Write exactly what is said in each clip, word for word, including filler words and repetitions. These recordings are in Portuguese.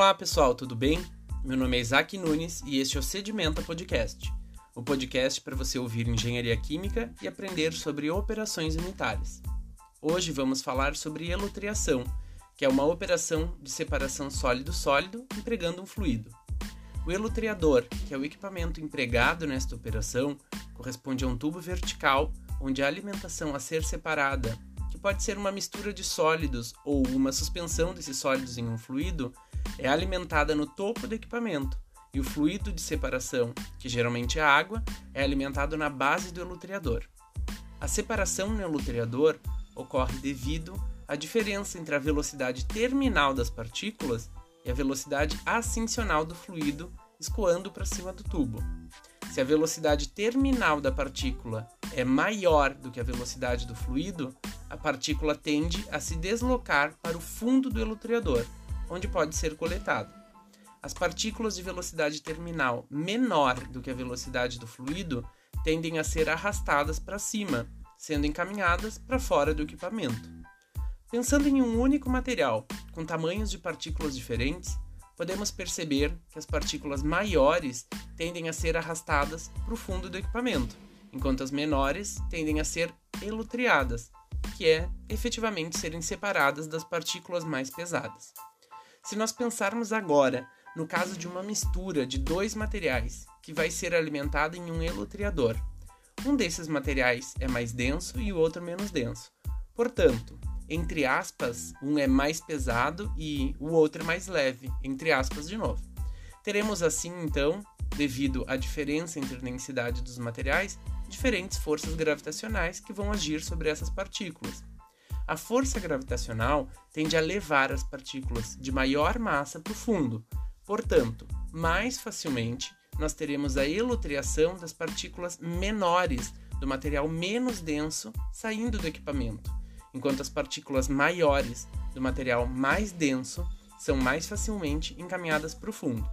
Olá pessoal, tudo bem? Meu nome é Isaac Nunes e este é o Sedimenta Podcast, o podcast para você ouvir engenharia química e aprender sobre operações unitárias. Hoje vamos falar sobre elutriação, que é uma operação de separação sólido-sólido empregando um fluido. O elutriador, que é o equipamento empregado nesta operação, corresponde a um tubo vertical onde a alimentação a ser separada, que pode ser uma mistura de sólidos ou uma suspensão desses sólidos em um fluido, é alimentada no topo do equipamento, e o fluido de separação, que geralmente é a água, é alimentado na base do elutriador. A separação no elutriador ocorre devido à diferença entre a velocidade terminal das partículas e a velocidade ascensional do fluido escoando para cima do tubo. Se a velocidade terminal da partícula é maior do que a velocidade do fluido, a partícula tende a se deslocar para o fundo do elutriador, onde pode ser coletada. As partículas de velocidade terminal menor do que a velocidade do fluido tendem a ser arrastadas para cima, sendo encaminhadas para fora do equipamento. Pensando em um único material, com tamanhos de partículas diferentes, podemos perceber que as partículas maiores tendem a ser arrastadas para o fundo do equipamento, enquanto as menores tendem a ser elutriadas, que é efetivamente serem separadas das partículas mais pesadas. Se nós pensarmos agora no caso de uma mistura de dois materiais que vai ser alimentada em um elutriador, um desses materiais é mais denso e o outro menos denso. Portanto, entre aspas, um é mais pesado e o outro é mais leve, entre aspas de novo. Teremos assim, então, devido à diferença entre a densidade dos materiais, diferentes forças gravitacionais que vão agir sobre essas partículas. A força gravitacional tende a levar as partículas de maior massa para o fundo. Portanto, mais facilmente, nós teremos a elutriação das partículas menores do material menos denso saindo do equipamento, enquanto as partículas maiores do material mais denso são mais facilmente encaminhadas para o fundo.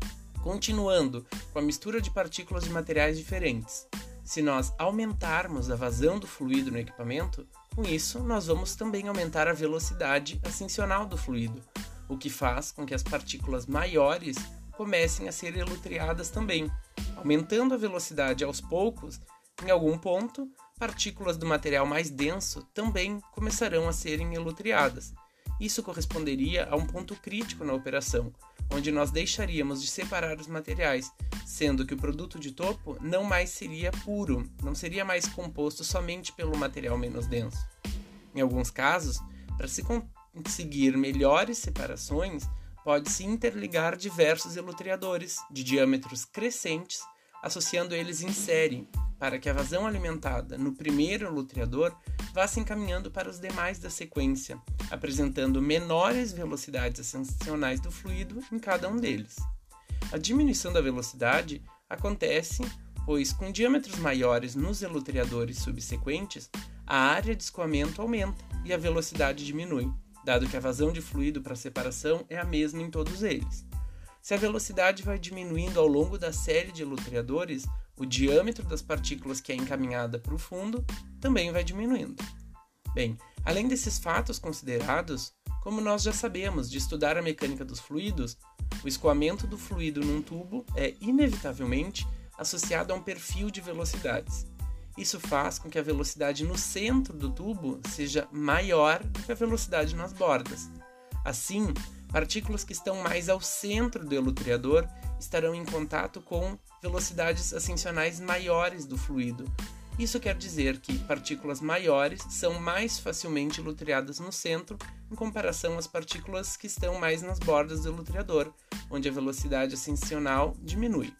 Continuando com a mistura de partículas de materiais diferentes, se nós aumentarmos a vazão do fluido no equipamento, com isso nós vamos também aumentar a velocidade ascensional do fluido, o que faz com que as partículas maiores comecem a ser elutriadas também. Aumentando a velocidade aos poucos, em algum ponto, partículas do material mais denso também começarão a serem elutriadas. Isso corresponderia a um ponto crítico na operação, onde nós deixaríamos de separar os materiais, sendo que o produto de topo não mais seria puro, não seria mais composto somente pelo material menos denso. Em alguns casos, para se conseguir melhores separações, pode-se interligar diversos elutriadores de diâmetros crescentes, associando eles em série, para que a vazão alimentada no primeiro elutriador vá se encaminhando para os demais da sequência, apresentando menores velocidades ascensionais do fluido em cada um deles. A diminuição da velocidade acontece, pois com diâmetros maiores nos elutriadores subsequentes, a área de escoamento aumenta e a velocidade diminui, dado que a vazão de fluido para separação é a mesma em todos eles. Se a velocidade vai diminuindo ao longo da série de elutriadores, o diâmetro das partículas que é encaminhada para o fundo também vai diminuindo. Bem, além desses fatos considerados, como nós já sabemos de estudar a mecânica dos fluidos, o escoamento do fluido num tubo é inevitavelmente associado a um perfil de velocidades. Isso faz com que a velocidade no centro do tubo seja maior do que a velocidade nas bordas. Assim, partículas que estão mais ao centro do elutriador estarão em contato com velocidades ascensionais maiores do fluido. Isso quer dizer que partículas maiores são mais facilmente elutriadas no centro em comparação às partículas que estão mais nas bordas do elutriador, onde a velocidade ascensional diminui.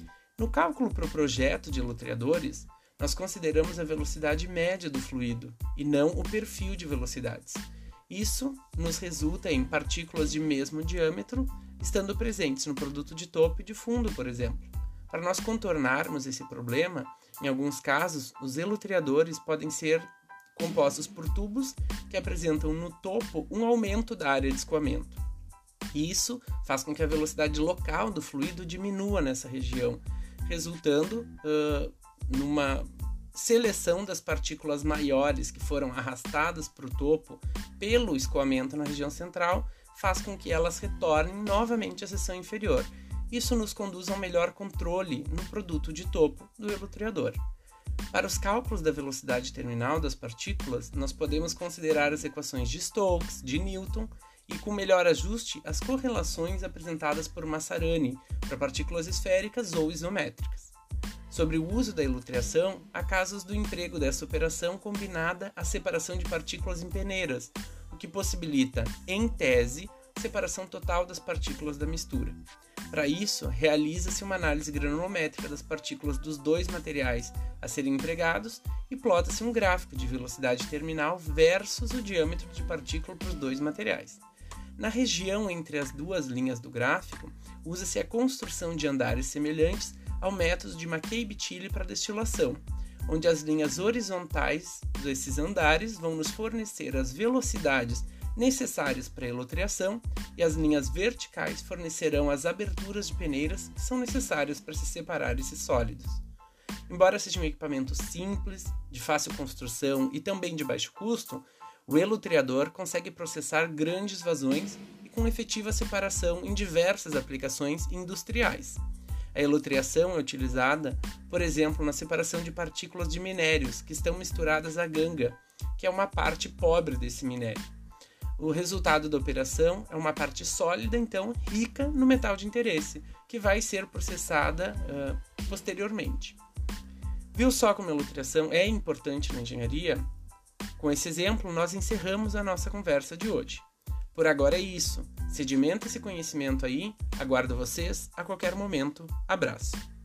No cálculo para o projeto de elutriadores, nós consideramos a velocidade média do fluido e não o perfil de velocidades. Isso nos resulta em partículas de mesmo diâmetro estando presentes no produto de topo e de fundo, por exemplo. Para nós contornarmos esse problema, em alguns casos, os elutriadores podem ser compostos por tubos que apresentam no topo um aumento da área de escoamento. Isso faz com que a velocidade local do fluido diminua nessa região, resultando uh, numa seleção das partículas maiores que foram arrastadas para o topo pelo escoamento na região central, faz com que elas retornem novamente à seção inferior. Isso nos conduz a um melhor controle no produto de topo do elutriador. Para os cálculos da velocidade terminal das partículas, nós podemos considerar as equações de Stokes, de Newton e, com melhor ajuste, as correlações apresentadas por Massarani para partículas esféricas ou isométricas. Sobre o uso da elutriação, há casos do emprego dessa operação combinada à separação de partículas em peneiras, o que possibilita, em tese, a separação total das partículas da mistura. Para isso, realiza-se uma análise granulométrica das partículas dos dois materiais a serem empregados e plota-se um gráfico de velocidade terminal versus o diâmetro de partícula para os dois materiais. Na região entre as duas linhas do gráfico, usa-se a construção de andares semelhantes ao método de Mackay-Bethile para destilação, onde as linhas horizontais desses andares vão nos fornecer as velocidades necessárias para a elutriação e as linhas verticais fornecerão as aberturas de peneiras que são necessárias para se separar esses sólidos. Embora seja um equipamento simples, de fácil construção e também de baixo custo, o elutriador consegue processar grandes vazões e com efetiva separação em diversas aplicações industriais. A elutriação é utilizada, por exemplo, na separação de partículas de minérios que estão misturadas à ganga, que é uma parte pobre desse minério. O resultado da operação é uma parte sólida, então, rica no metal de interesse, que vai ser processada uh, posteriormente. Viu só como a elutriação é importante na engenharia? Com esse exemplo, nós encerramos a nossa conversa de hoje. Por agora é isso. Sedimenta esse conhecimento aí. Aguardo vocês a qualquer momento. Abraço.